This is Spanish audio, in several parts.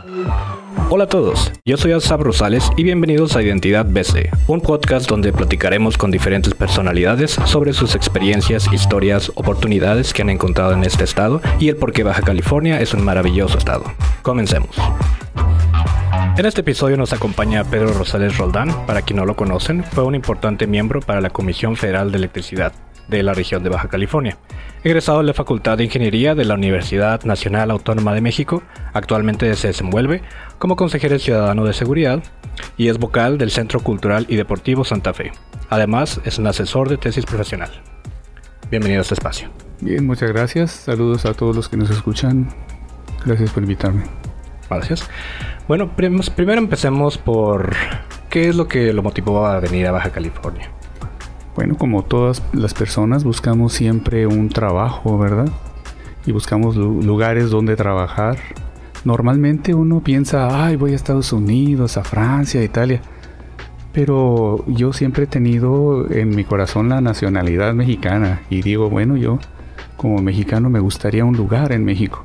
Hola a todos, yo soy Asaf Rosales y bienvenidos a Identidad BC, un podcast donde platicaremos con diferentes personalidades sobre sus experiencias, historias, oportunidades que han encontrado en este estado y el por qué Baja California es un maravilloso estado. Comencemos. En este episodio nos acompaña Pedro Rosales Roldán. Para quien no lo conocen, fue un importante miembro para la Comisión Federal de Electricidad de la región de Baja California. Egresado de la Facultad de Ingeniería de la Universidad Nacional Autónoma de México, actualmente se desenvuelve como consejero ciudadano de seguridad y es vocal del Centro Cultural y Deportivo Santa Fe. Además, es un asesor de tesis profesional. Bienvenido a este espacio. Bien, muchas gracias. Saludos a todos los que nos escuchan. Gracias por invitarme. Gracias. Bueno, primero empecemos por ¿qué es lo que lo motivó a venir a Baja California? Bueno, como todas las personas, buscamos siempre un trabajo, ¿verdad? Y buscamos lugares donde trabajar. Normalmente uno piensa, voy a Estados Unidos, a Francia, a Italia. Pero yo siempre he tenido en mi corazón la nacionalidad mexicana. Y digo, bueno, yo como mexicano me gustaría un lugar en México.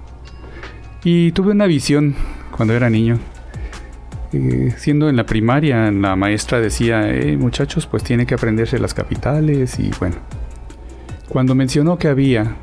Y tuve una visión cuando era niño. Siendo en la primaria, la maestra decía, muchachos, pues tienen que aprenderse las capitales. Y bueno, cuando mencionó que había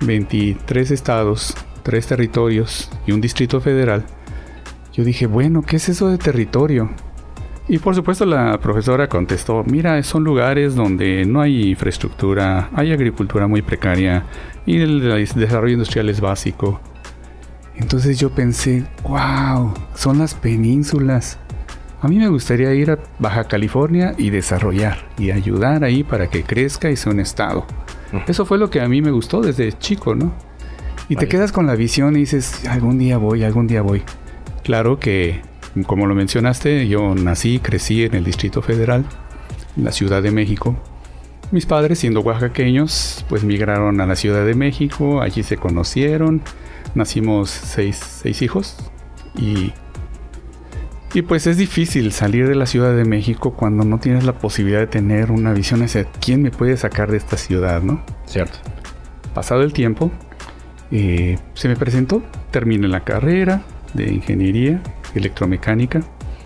23 estados, 3 territorios y un distrito federal, yo dije, bueno, ¿qué es eso de territorio? Y por supuesto la profesora contestó, mira, son lugares donde no hay infraestructura, hay agricultura muy precaria y el desarrollo industrial es básico. Entonces yo pensé, wow, son las penínsulas. A mí me gustaría ir a Baja California y desarrollar y ayudar ahí para que crezca y sea un estado. Eso fue lo que a mí me gustó desde chico, ¿no? Y te quedas con la visión y dices, algún día voy. Claro que, como lo mencionaste, yo nací y crecí en el Distrito Federal, en la Ciudad de México. Mis padres, siendo oaxaqueños, pues migraron a la Ciudad de México, allí se conocieron. Nacimos seis hijos y pues es difícil salir de la Ciudad de México cuando no tienes la posibilidad de tener una visión hacia quién me puede sacar de esta ciudad, ¿no? Cierto. Pasado el tiempo, se me presentó, terminé la carrera de ingeniería electromecánica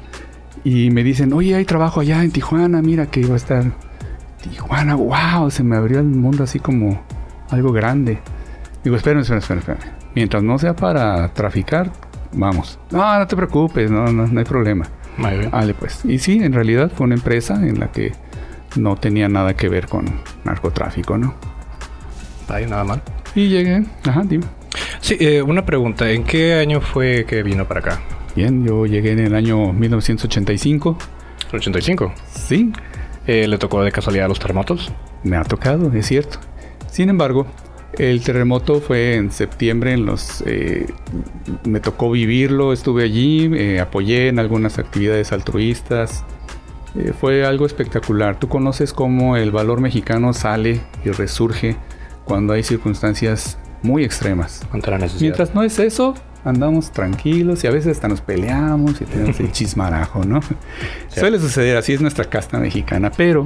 y me dicen, oye, hay trabajo allá en Tijuana, mira que iba a estar Tijuana, wow, se me abrió el mundo así como algo grande. Digo, espérame. Mientras no sea para traficar, vamos. No te preocupes, no hay problema. Muy bien. Vale, pues. Y sí, en realidad fue una empresa en la que no tenía nada que ver con narcotráfico, ¿no? Ahí nada mal. Y llegué, dime. Sí, una pregunta. ¿En qué año fue que vino para acá? Bien, yo llegué en el año 1985. ¿85? Sí. ¿Le tocó de casualidad los terremotos? Me ha tocado, es cierto. Sin embargo, el terremoto fue en septiembre, me tocó vivirlo, estuve allí, apoyé en algunas actividades altruistas, fue algo espectacular. Tú conoces cómo el valor mexicano sale y resurge cuando hay circunstancias muy extremas. Ante la necesidad. Mientras no es eso, andamos tranquilos y a veces hasta nos peleamos y tenemos el chismarajo, ¿no? Sí. Suele suceder, así es nuestra casta mexicana, pero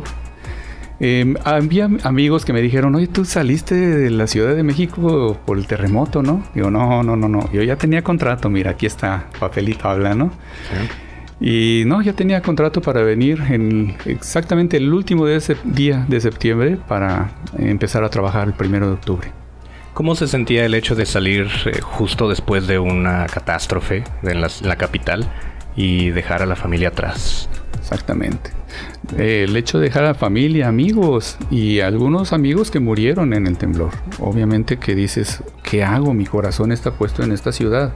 había amigos que me dijeron, oye, tú saliste de la Ciudad de México por el terremoto, ¿no? Digo, no. Yo ya tenía contrato, mira, aquí está, papelito habla, ¿no? Sí. Y no, ya tenía contrato para venir exactamente el último de ese día de septiembre para empezar a trabajar el 1 de octubre. ¿Cómo se sentía el hecho de salir justo después de una catástrofe en la capital y dejar a la familia atrás? Exactamente. El hecho de dejar a familia, amigos y algunos amigos que murieron en el temblor. Obviamente que dices, ¿qué hago? Mi corazón está puesto en esta ciudad.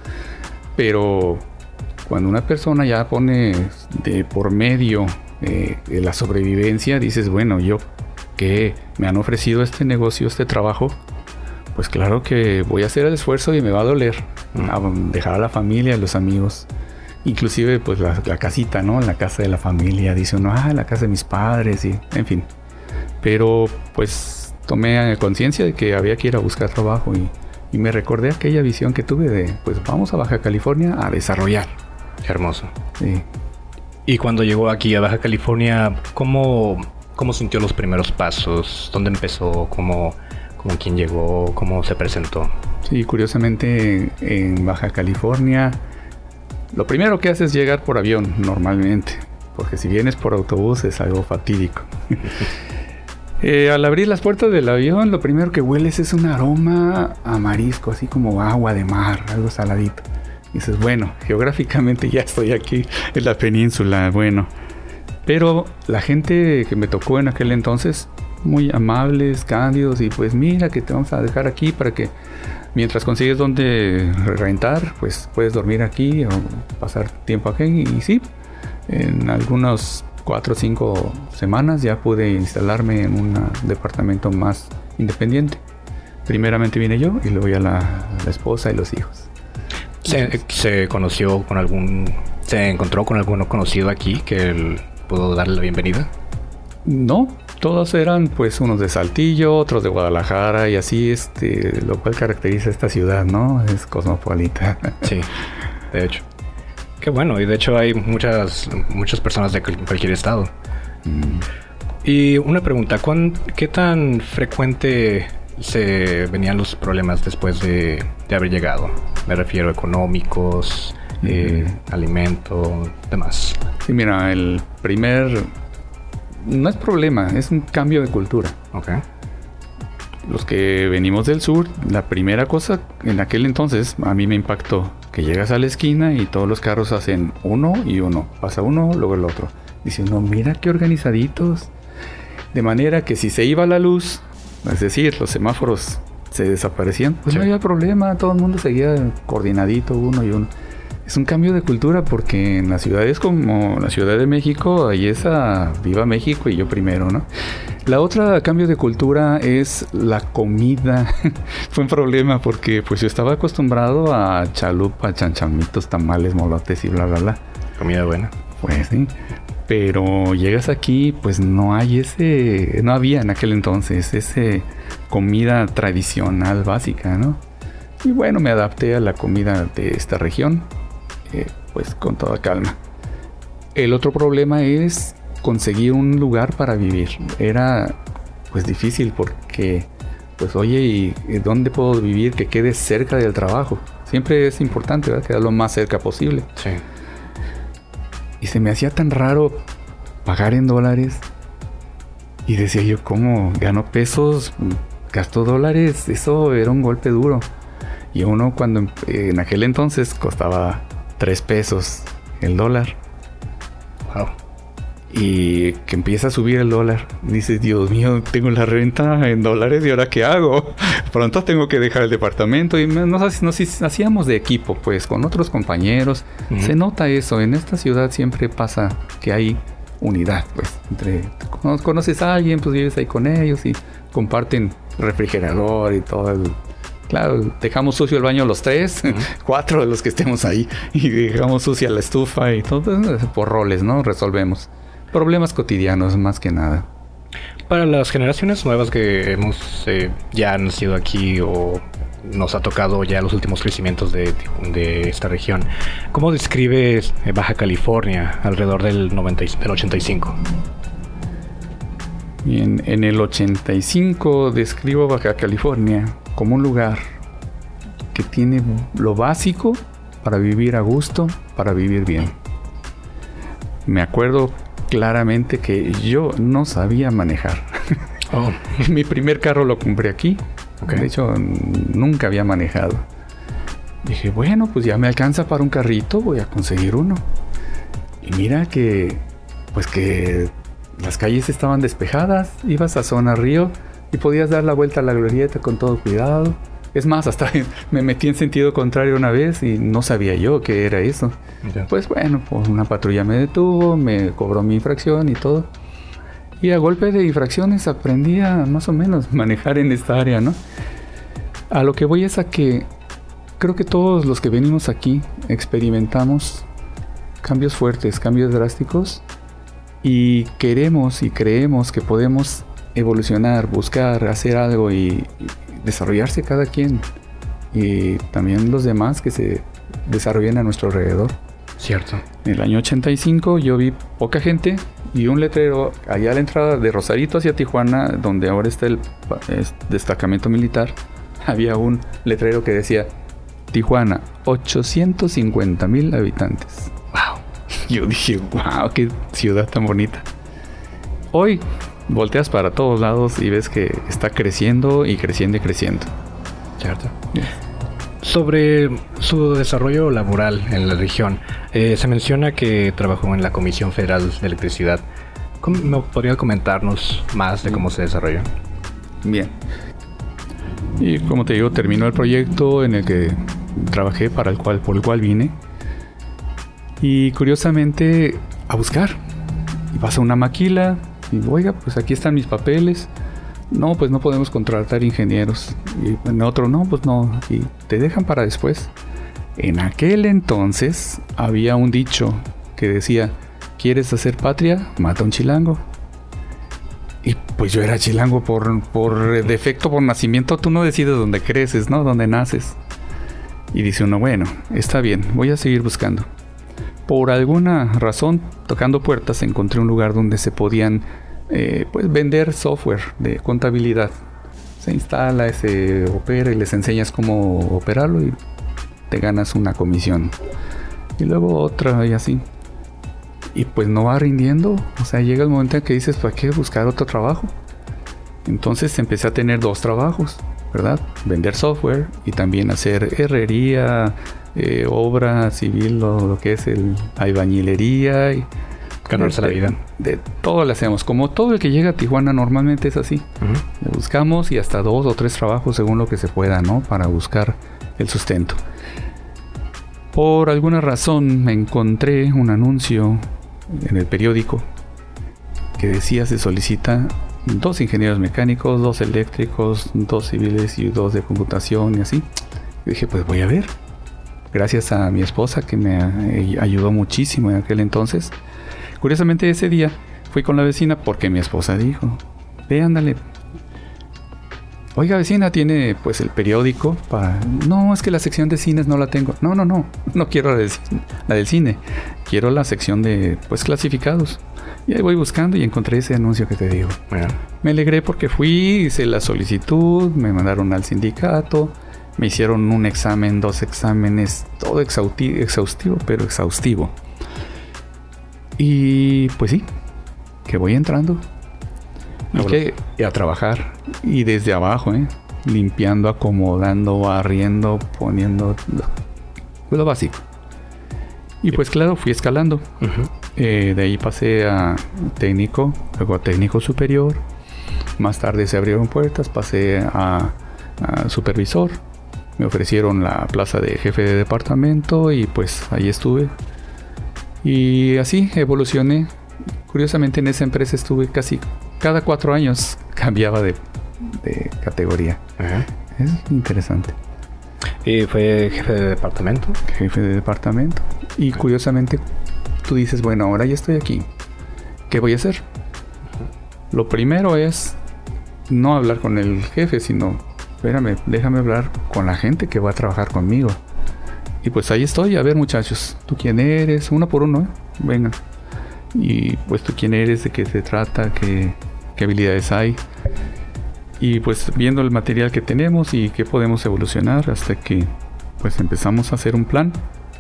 Pero cuando una persona ya pone de por medio la sobrevivencia, dices, bueno, yo que me han ofrecido este negocio, este trabajo, pues claro que voy a hacer el esfuerzo y me va a doler dejar a la familia, a los amigos. Inclusive pues la casita, ¿no? La casa de la familia, dice uno, la casa de mis padres y en fin. Pero pues tomé conciencia de que había que ir a buscar trabajo y me recordé aquella visión que tuve de pues vamos a Baja California a desarrollar. Qué hermoso. Sí. Y cuando llegó aquí a Baja California, ¿cómo sintió los primeros pasos? ¿Dónde empezó? ¿Cómo quién llegó? ¿Cómo se presentó? Sí, curiosamente en Baja California Lo primero que haces es llegar por avión, normalmente. Porque si vienes por autobús es algo fatídico. Al abrir las puertas del avión, lo primero que hueles es un aroma a marisco, así como agua de mar, algo saladito. Y dices, bueno, geográficamente ya estoy aquí en la península, bueno. Pero la gente que me tocó en aquel entonces, muy amables, cándidos, y pues mira que te vamos a dejar aquí para que mientras consigues donde rentar, pues puedes dormir aquí o pasar tiempo aquí. Y sí, en algunos 4 o 5 semanas ya pude instalarme en un departamento más independiente. Primeramente vine yo y luego ya la esposa y los hijos. ¿Se encontró con alguno conocido aquí que él pudo darle la bienvenida? No, todos eran pues unos de Saltillo, otros de Guadalajara y así, lo cual caracteriza esta ciudad, ¿no? Es cosmopolita. Sí, de hecho. Qué bueno, y de hecho hay muchas personas de cualquier estado. Y una pregunta, ¿qué tan frecuente se venían los problemas después de haber llegado? Me refiero a económicos, alimento, demás. Sí, mira, no es problema, es un cambio de cultura. Okay. Los que venimos del sur, la primera cosa en aquel entonces a mí me impactó que llegas a la esquina y todos los carros hacen uno y uno. Pasa uno, luego el otro. Dice, no, mira qué organizaditos. De manera que si se iba la luz, es decir, los semáforos se desaparecían, pues sí, no había problema. Todo el mundo seguía coordinadito, uno y uno. Es un cambio de cultura porque en las ciudades como la Ciudad de México, ahí es viva México y yo primero, ¿no? La otra cambio de cultura es la comida. Fue un problema porque pues yo estaba acostumbrado a chalupa, chanchamitos, tamales, molotes y bla, bla, bla. Comida buena. Pues sí. Pero llegas aquí, pues no había en aquel entonces comida tradicional básica, ¿no? Y bueno, me adapté a la comida de esta región. Pues con toda calma. El otro problema es conseguir un lugar para vivir. Era pues difícil porque pues oye, ¿y dónde puedo vivir que quede cerca del trabajo? Siempre es importante, ¿verdad? Quedar lo más cerca posible. Sí. Y se me hacía tan raro pagar en dólares. Y decía yo, ¿cómo gano pesos? Gasto dólares. Eso era un golpe duro. Y uno cuando en aquel entonces costaba 3 pesos el dólar. Wow. Y que empieza a subir el dólar. Dices, Dios mío, tengo la renta en dólares y ahora ¿qué hago? Pronto tengo que dejar el departamento. Y nos hacíamos de equipo, pues, con otros compañeros. Uh-huh. Se nota eso. En esta ciudad siempre pasa que hay unidad, pues. Conoces a alguien, pues vives ahí con ellos y comparten refrigerador y todo el... Claro, dejamos sucio el baño los 3, uh-huh. 4 de los que estemos ahí. Y dejamos sucia la estufa y todo. Por roles, ¿no? Resolvemos problemas cotidianos más que nada. Para las generaciones nuevas que hemos ya nacido aquí o nos ha tocado ya los últimos crecimientos de esta región, ¿cómo describes Baja California alrededor del 85? Bien, en el 85 describo Baja California como un lugar que tiene lo básico para vivir a gusto, para vivir bien. Me acuerdo claramente que yo no sabía manejar. Oh. Mi primer carro lo compré aquí. Okay. De hecho, nunca había manejado. Dije, bueno, pues ya me alcanza para un carrito, voy a conseguir uno. Y mira que las calles estaban despejadas, ibas a zona río y podías dar la vuelta a la glorieta con todo cuidado. Es más, hasta me metí en sentido contrario una vez y no sabía yo qué era eso. Yeah. Pues bueno, pues una patrulla me detuvo, me cobró mi infracción y todo. Y a golpe de infracciones aprendí a más o menos manejar en esta área, ¿no? A lo que voy es a que creo que todos los que venimos aquí experimentamos cambios fuertes, cambios drásticos y queremos y creemos que podemos evolucionar, buscar, hacer algo y desarrollarse cada quien y también los demás que se desarrollen a nuestro alrededor. Cierto. En el año 85 yo vi poca gente y un letrero allá a la entrada de Rosarito hacia Tijuana, donde ahora está el destacamento militar. Había un letrero que decía Tijuana, 850,000 habitantes. Wow. Yo dije, wow, qué ciudad tan bonita. Hoy volteas para todos lados y ves que está creciendo y creciendo y creciendo. Cierto. Sobre su desarrollo laboral en la región, se menciona que trabajó en la Comisión Federal de Electricidad. ¿Me podría comentarnos más de cómo se desarrolló? Bien. Y como te digo, terminó el proyecto en el que trabajé por el cual vine. Y curiosamente, a buscar. Y pasa una maquila y, oiga, pues aquí están mis papeles. No, pues no podemos contratar ingenieros. Y en otro, no, pues no. Y te dejan para después. En aquel entonces había un dicho que decía, ¿quieres hacer patria? Mata a un chilango. Y pues yo era chilango por defecto, por nacimiento. Tú no decides dónde creces, ¿no? Dónde naces. Y dice uno, bueno, está bien, voy a seguir buscando. Por alguna razón, tocando puertas, encontré un lugar donde se podían pues vender software de contabilidad. Se instala, se opera y les enseñas cómo operarlo y te ganas una comisión. Y luego otra y así. Y pues no va rindiendo. O sea, llega el momento en que dices, ¿para qué buscar otro trabajo? Entonces empecé a tener 2 trabajos, ¿verdad? Vender software y también hacer herrería, obra civil, lo que es albañilería y ganarse la vida. De todo le hacemos. Como todo el que llega a Tijuana normalmente es así. Le buscamos y hasta 2 o 3 trabajos según lo que se pueda, ¿no? Para buscar el sustento. Por alguna razón me encontré un anuncio en el periódico que decía se solicita 2 ingenieros mecánicos, 2 eléctricos, 2 civiles y 2 de computación y así. Y dije, pues voy a ver. Gracias a mi esposa que me ayudó muchísimo en aquel entonces. Curiosamente ese día fui con la vecina porque mi esposa dijo, ve, ándale. Oiga, vecina, ¿tiene pues el periódico? No, es que la sección de cines no la tengo. No quiero la del cine. Quiero la sección de pues clasificados. Y ahí voy buscando y encontré ese anuncio que te digo. Me alegré porque fui, hice la solicitud, me mandaron al sindicato, me hicieron un examen, 2 exámenes, todo exhaustivo, pero exhaustivo. Y pues sí, que voy entrando. Y a trabajar. Y desde abajo, limpiando, acomodando, barriendo, poniendo lo básico. Y pues claro, fui escalando. De ahí pasé a técnico, luego a técnico superior. Más tarde se abrieron puertas, pasé a supervisor. Me ofrecieron la plaza de jefe de departamento y pues ahí estuve. Y así evolucioné. Curiosamente en esa empresa estuve casi cada 4 años, cambiaba de categoría. Es interesante. ¿Y fue jefe de departamento? Jefe de departamento. Y curiosamente tú dices, bueno, ahora ya estoy aquí. ¿Qué voy a hacer? Lo primero es no hablar con el jefe, sino, espérame, déjame hablar con la gente que va a trabajar conmigo. Y pues ahí estoy, a ver muchachos, ¿tú quién eres? Uno por uno, venga. Y pues tú quién eres, de qué se trata, qué habilidades hay. Y pues viendo el material que tenemos y qué podemos evolucionar hasta que pues empezamos a hacer un plan.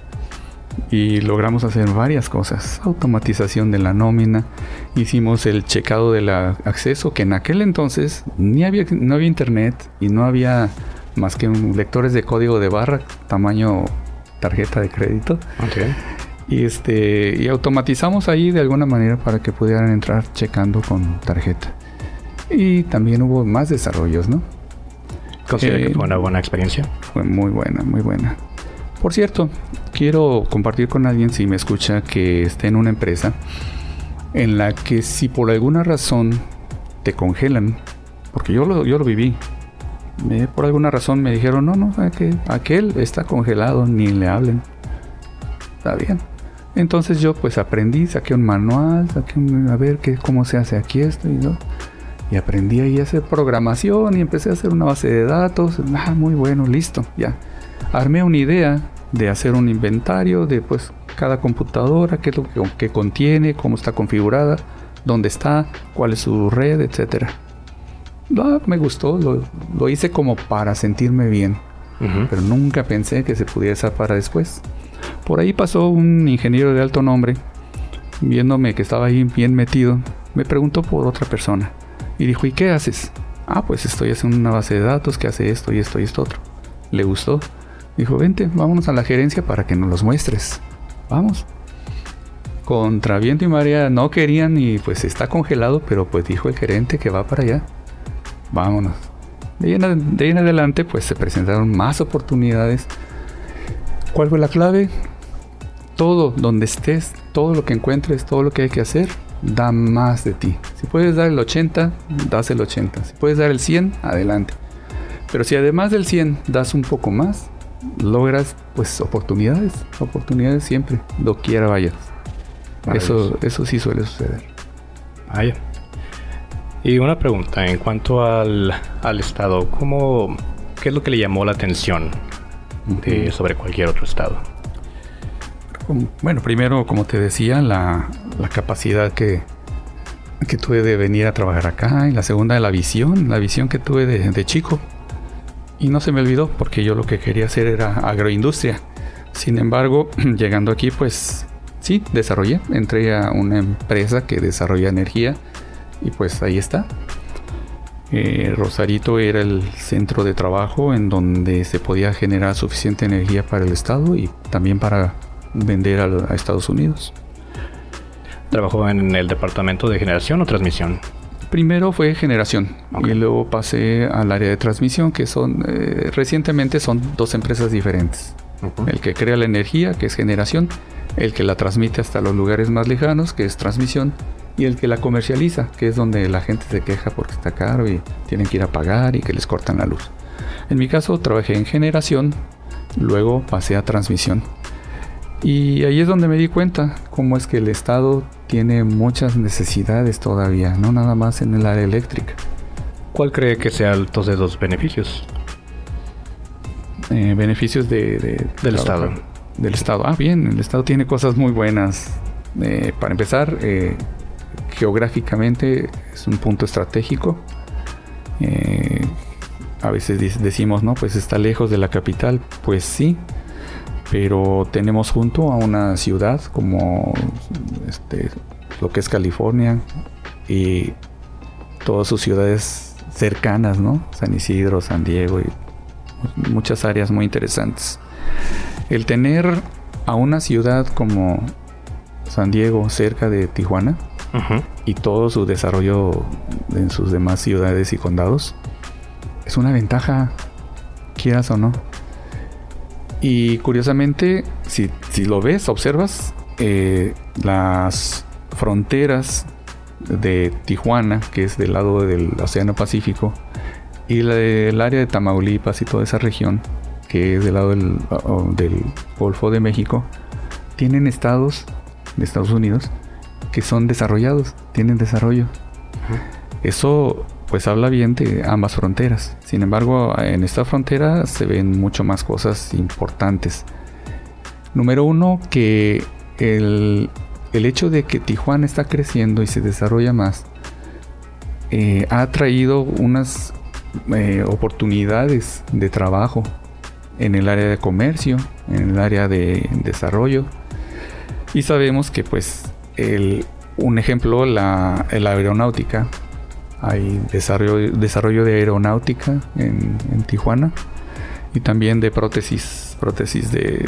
Y logramos hacer varias cosas. Automatización de la nómina. Hicimos el checado del acceso, que en aquel entonces no había internet y no había más que lectores de código de barra, tamaño tarjeta de crédito. Okay. Y automatizamos ahí de alguna manera para que pudieran entrar checando con tarjeta. Y también hubo más desarrollos, ¿no? ¿Considera que fue una buena experiencia? Fue muy buena, muy buena. Por cierto, quiero compartir con alguien, si me escucha, que esté en una empresa en la que si por alguna razón te congelan, porque yo lo viví, por alguna razón me dijeron, no, aquel está congelado, ni le hablen. Está bien. Entonces yo pues aprendí, saqué un manual, a ver cómo se hace aquí esto y aprendí ahí a hacer programación y empecé a hacer una base de datos. Muy bueno, listo, ya. Armé una idea de hacer un inventario de pues cada computadora, qué es lo que contiene, cómo está configurada, dónde está, cuál es su red, etcétera. Me gustó, lo hice como para sentirme bien. pero nunca pensé que se pudiera hacer para después. Por ahí pasó un ingeniero de alto nombre, viéndome que estaba ahí bien metido, me preguntó por otra persona y dijo, ¿y qué haces? Pues estoy haciendo una base de datos que hace esto y esto y esto otro. Le gustó, dijo, vente, vámonos a la gerencia para que nos los muestres. Vamos. Contra viento y marea no querían y pues está congelado, pero pues dijo el gerente que va para allá. Vámonos. De ahí en adelante pues se presentaron más oportunidades. ¿Cuál fue la clave? Todo, donde estés, todo lo que encuentres, todo lo que hay que hacer, da más de ti. Si puedes dar el 80, das el 80. Si puedes dar el 100, adelante. Pero si además del 100 das un poco más, logras pues oportunidades siempre, doquiera vayas. Eso sí suele suceder. Vaya. Y una pregunta en cuanto al estado, ¿qué es lo que le llamó la atención sobre cualquier otro estado? Bueno, primero, como te decía, la capacidad que tuve de venir a trabajar acá, y la segunda, la visión que tuve de chico. Y no se me olvidó, porque yo lo que quería hacer era agroindustria. Sin embargo, llegando aquí, pues sí, entré a una empresa que desarrolla energía, y pues ahí está. Rosarito era el centro de trabajo en donde se podía generar suficiente energía para el estado y también para vender a Estados Unidos. ¿Trabajó en el departamento de generación o transmisión? Primero fue generación, y luego pasé al área de transmisión, que recientemente son dos empresas diferentes. El que crea la energía, que es generación, el que la transmite hasta los lugares más lejanos, que es transmisión, y el que la comercializa, que es donde la gente se queja porque está caro y tienen que ir a pagar y que les cortan la luz. En mi caso trabajé en generación, luego pasé a transmisión. Y ahí es donde me di cuenta cómo es que el estado tiene muchas necesidades todavía, no nada más en el área eléctrica. ¿Cuál cree que sea altos de los beneficios? Beneficios del estado. Del estado. Bien, el estado tiene cosas muy buenas. Para empezar, geográficamente es un punto estratégico. A veces decimos, no, pues está lejos de la capital. Pues sí, pero tenemos junto a una ciudad como lo que es California y todas sus ciudades cercanas, ¿no? San Isidro, San Diego y muchas áreas muy interesantes. El tener a una ciudad como San Diego cerca de Tijuana y todo su desarrollo en sus demás ciudades y condados es una ventaja, quieras o no. Y curiosamente, si lo ves, observas, las fronteras de Tijuana, que es del lado del Océano Pacífico, y el área de Tamaulipas y toda esa región, que es del lado del Golfo de México, tienen estados de Estados Unidos que son desarrollados, tienen desarrollo. Eso pues habla bien de ambas fronteras. Sin embargo, en esta frontera se ven mucho más cosas importantes. Número uno, que el hecho de que Tijuana está creciendo y se desarrolla más ha traído unas oportunidades de trabajo en el área de comercio, en el área de desarrollo. Y sabemos que pues un ejemplo, la aeronáutica. Hay desarrollo de aeronáutica en Tijuana, y también de prótesis de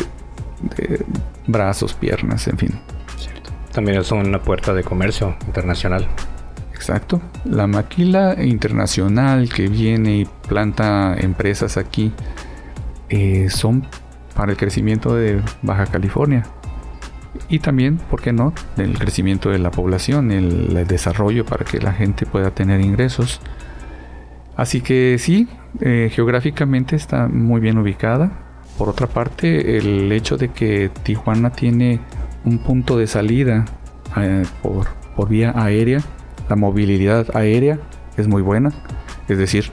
brazos, piernas, en fin. Cierto. También es una puerta de comercio internacional. Exacto. La maquila internacional que viene y planta empresas aquí son para el crecimiento de Baja California. Y también, ¿por qué no?, el crecimiento de la población, el desarrollo para que la gente pueda tener ingresos. Así que sí, geográficamente está muy bien ubicada. Por otra parte, el hecho de que Tijuana tiene un punto de salida por vía aérea, la movilidad aérea es muy buena. Es decir,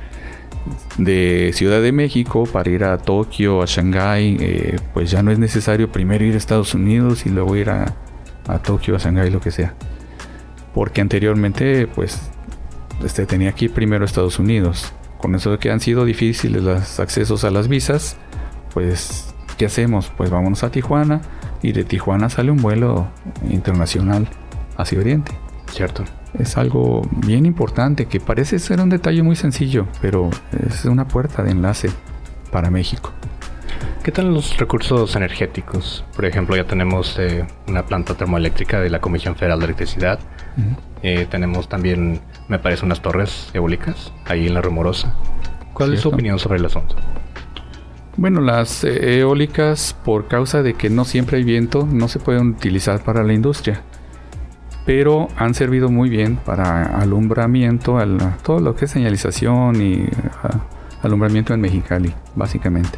de Ciudad de México para ir a Tokio, a Shanghái, pues ya no es necesario primero ir a Estados Unidos y luego ir a Tokio, a Shanghái, lo que sea. Porque anteriormente pues tenía que ir primero a Estados Unidos. Con eso de que han sido difíciles los accesos a las visas, pues, ¿qué hacemos? Pues vámonos a Tijuana, y de Tijuana sale un vuelo internacional hacia Oriente. Cierto. Es algo bien importante que parece ser un detalle muy sencillo, pero es una puerta de enlace para México. ¿Qué tal los recursos energéticos? Por ejemplo, ya tenemos una planta termoeléctrica de la Comisión Federal de Electricidad. Tenemos también, me parece, unas torres eólicas ahí en La Rumorosa. ¿Cuál es su opinión sobre el asunto? Bueno, las eólicas, por causa de que no siempre hay viento, no se pueden utilizar para la industria, pero han servido muy bien para alumbramiento, todo lo que es señalización y alumbramiento en Mexicali, básicamente.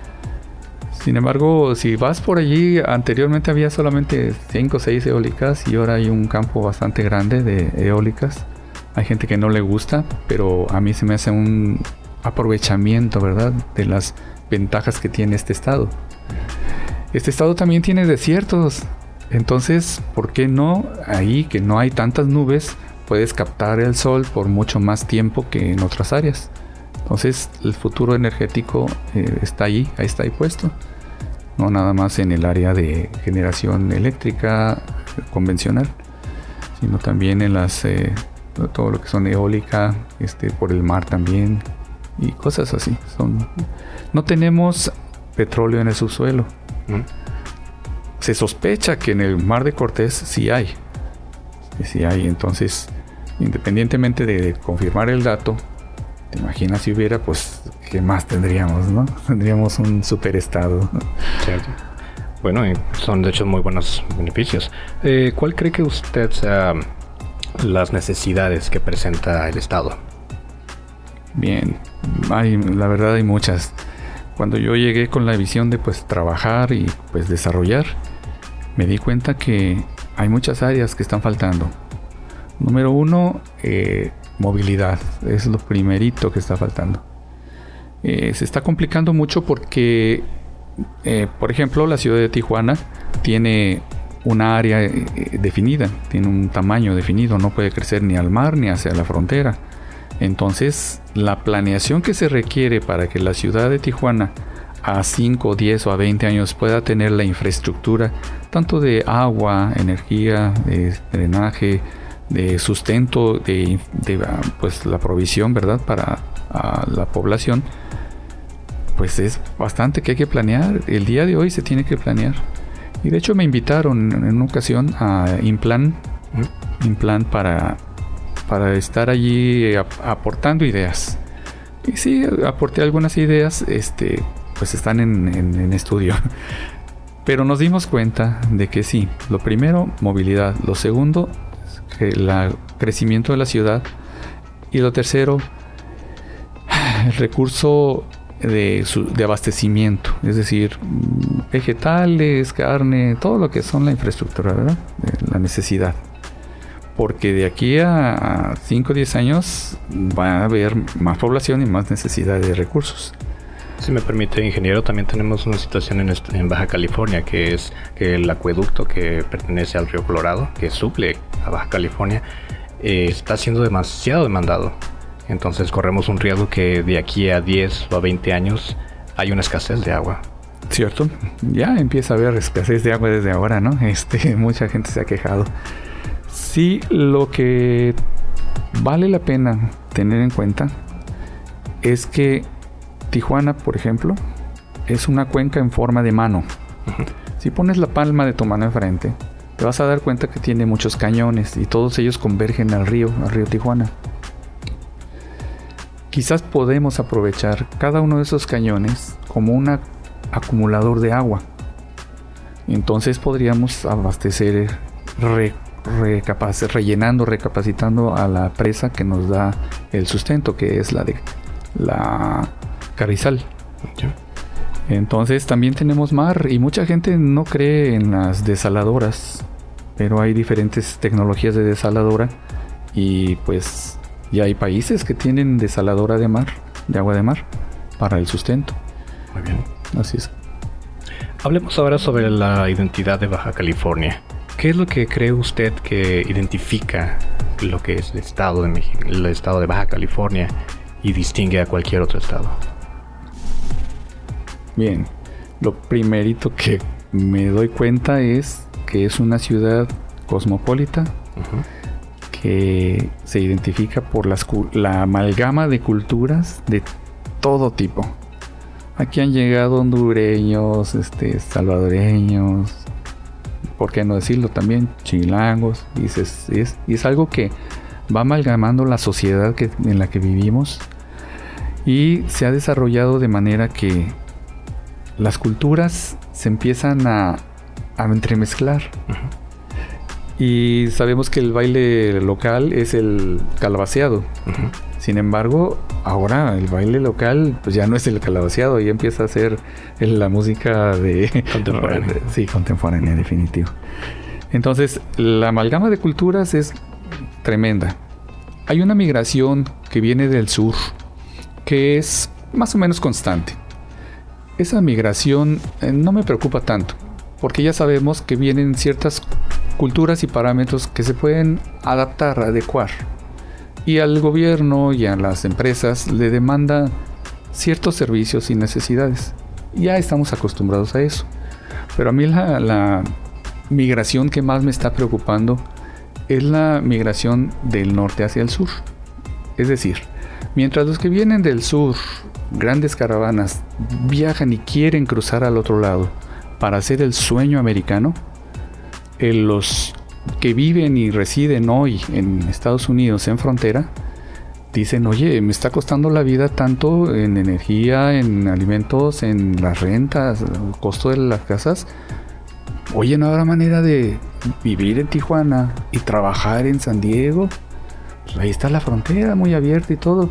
Sin embargo, si vas por allí, anteriormente había solamente 5 o 6 eólicas y ahora hay un campo bastante grande de eólicas. Hay gente que no le gusta, pero a mí se me hace un aprovechamiento, ¿verdad?, de las ventajas que tiene este estado. Este estado también tiene desiertos, entonces, ¿por qué no? Ahí que no hay tantas nubes, puedes captar el sol por mucho más tiempo que en otras áreas. Entonces, el futuro energético está ahí puesto. No nada más en el área de generación eléctrica convencional, sino también en las todo lo que son eólica, por el mar también, y cosas así. No tenemos petróleo en el subsuelo. Se sospecha que en el Mar de Cortés sí hay. Entonces, independientemente de confirmar el dato, te imaginas si hubiera, pues, ¿qué más tendríamos, no? Tendríamos un superestado. Cierto. Bueno, son de hecho muy buenos beneficios. ¿Cuál cree que usted sea las necesidades que presenta el estado? Bien, la verdad hay muchas. Cuando yo llegué con la visión de, pues, trabajar y, pues, desarrollar, me di cuenta que hay muchas áreas que están faltando. Número 1, movilidad. Es lo primerito que está faltando. Se está complicando mucho porque, por ejemplo, la ciudad de Tijuana tiene una área definida, tiene un tamaño definido, no puede crecer ni al mar ni hacia la frontera. Entonces, la planeación que se requiere para que la ciudad de Tijuana a 5, 10 o a 20 años pueda tener la infraestructura tanto de agua, energía, de drenaje, de sustento, pues la provisión, ¿verdad?, para la población, pues es bastante que hay que planear. El día de hoy se tiene que planear. Y de hecho me invitaron en una ocasión a Implan para estar allí aportando ideas. Y sí, aporté algunas ideas, pues están en estudio. Pero nos dimos cuenta de que sí, lo primero, movilidad. Lo segundo, el crecimiento de la ciudad. Y lo tercero, el recurso de abastecimiento. Es decir, vegetales, carne, todo lo que son la infraestructura, ¿verdad? La necesidad. Porque de aquí a 5 o 10 años va a haber más población y más necesidad de recursos. Si me permite, ingeniero, también tenemos una situación en Baja California, que es que el acueducto que pertenece al río Colorado, que suple a Baja California, está siendo demasiado demandado. Entonces corremos un riesgo que de aquí a 10 o a 20 años hay una escasez de agua. Cierto, ya empieza a haber escasez de agua desde ahora, ¿no? Mucha gente se ha quejado. Sí, lo que vale la pena tener en cuenta es que Tijuana, por ejemplo, es una cuenca en forma de mano. Si pones la palma de tu mano enfrente, te vas a dar cuenta que tiene muchos cañones y todos ellos convergen al río Tijuana. Quizás podemos aprovechar cada uno de esos cañones como un acumulador de agua. Entonces podríamos abastecer recapacitando a la presa que nos da el sustento, que es la Carrizal. Entonces también tenemos mar y mucha gente no cree en las desaladoras, pero hay diferentes tecnologías de desaladora y pues ya hay países que tienen desaladora de agua de mar para el sustento. Muy bien. Así es. Hablemos ahora sobre la identidad de Baja California. ¿Qué es lo que cree usted que identifica lo que es el estado de Baja California y distingue a cualquier otro estado? Bien, lo primerito que me doy cuenta es que es una ciudad cosmopolita, que se identifica por la amalgama de culturas de todo tipo. Aquí han llegado hondureños, salvadoreños, por qué no decirlo también, chilangos, y es algo que va amalgamando la sociedad en la que vivimos, y se ha desarrollado de manera que las culturas se empiezan a entremezclar. Y sabemos que el baile local es el calabaceado. Sin embargo, ahora el baile local pues ya no es el calabaceado, ya empieza a ser la música contemporánea. Sí, contemporánea, definitivo. Entonces, la amalgama de culturas es tremenda. Hay una migración que viene del sur, que es más o menos constante. Esa migración no me preocupa tanto, porque ya sabemos que vienen ciertas culturas y parámetros que se pueden adaptar, adecuar. Y al gobierno y a las empresas le demanda ciertos servicios y necesidades. Ya estamos acostumbrados a eso. Pero a mí la migración que más me está preocupando es la migración del norte hacia el sur. Es decir, mientras los que vienen del sur, grandes caravanas, viajan y quieren cruzar al otro lado para hacer el sueño americano, los que viven y residen hoy en Estados Unidos en frontera dicen: oye, me está costando la vida tanto en energía, en alimentos, en las rentas, el costo de las casas. Oye, ¿no habrá manera de vivir en Tijuana y trabajar en San Diego? Pues ahí está la frontera muy abierta y todo.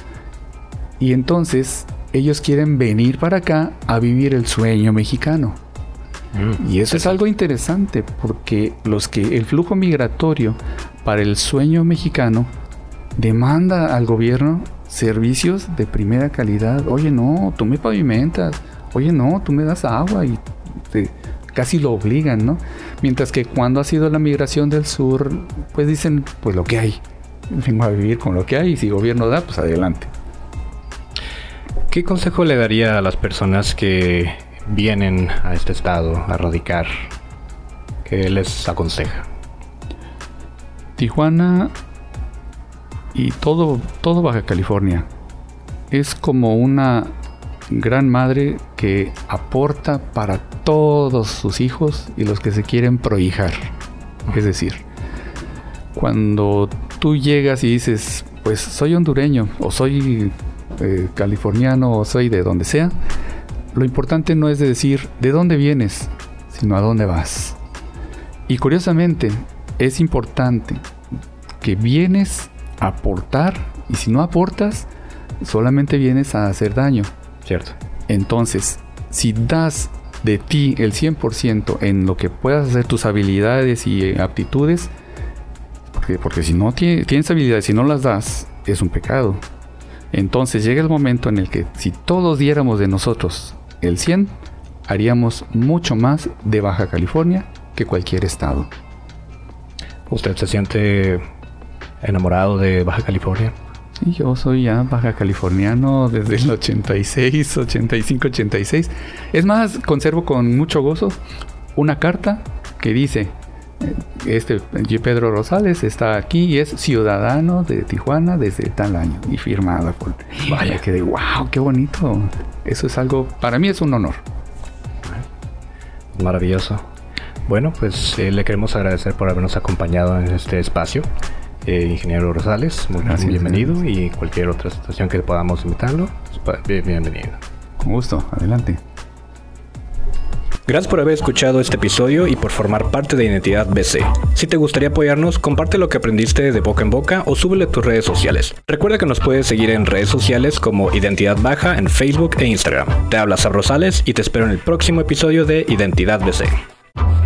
Y entonces ellos quieren venir para acá a vivir el sueño mexicano. Y eso es algo interesante, porque el flujo migratorio para el sueño mexicano demanda al gobierno servicios de primera calidad. Oye, no, tú me pavimentas. Oye, no, tú me das agua, y casi lo obligan, ¿no? Mientras que cuando ha sido la migración del sur, pues dicen, pues lo que hay. Vengo a vivir con lo que hay, y si el gobierno da, pues adelante. ¿Qué consejo le daría a las personas que vienen a este estado a radicar? ¿Qué les aconseja? Tijuana y todo Baja California es como una gran madre que aporta para todos sus hijos y los que se quieren prohijar. Es decir, cuando tú llegas y dices, pues soy hondureño, o soy californiano, o soy de donde sea, lo importante no es de decir de dónde vienes, sino a dónde vas. Y curiosamente, es importante que vienes a aportar, y si no aportas, solamente vienes a hacer daño. Cierto. Entonces, si das de ti el 100% en lo que puedas hacer, tus habilidades y aptitudes, porque si no tienes habilidades y no las das, es un pecado. Entonces llega el momento en el que si todos diéramos de nosotros el 100, haríamos mucho más de Baja California que cualquier estado. ¿Usted se siente enamorado de Baja California? Sí, yo soy ya baja californiano desde el 86, 85, 86. Es más, conservo con mucho gozo una carta que dice: Pedro Rosales está aquí y es ciudadano de Tijuana desde tal año, y firmada por... Vaya, que de wow, qué bonito. Eso es algo, para mí es un honor. Maravilloso. Bueno, pues le queremos agradecer por habernos acompañado en este espacio. Ingeniero Rosales, muy bienvenido. Y cualquier otra situación que podamos invitarlo, bienvenido. Con gusto, adelante. Gracias por haber escuchado este episodio y por formar parte de Identidad BC. Si te gustaría apoyarnos, comparte lo que aprendiste de boca en boca o súbele a tus redes sociales. Recuerda que nos puedes seguir en redes sociales como Identidad Baja en Facebook e Instagram. Te habla Sab Rosales y te espero en el próximo episodio de Identidad BC.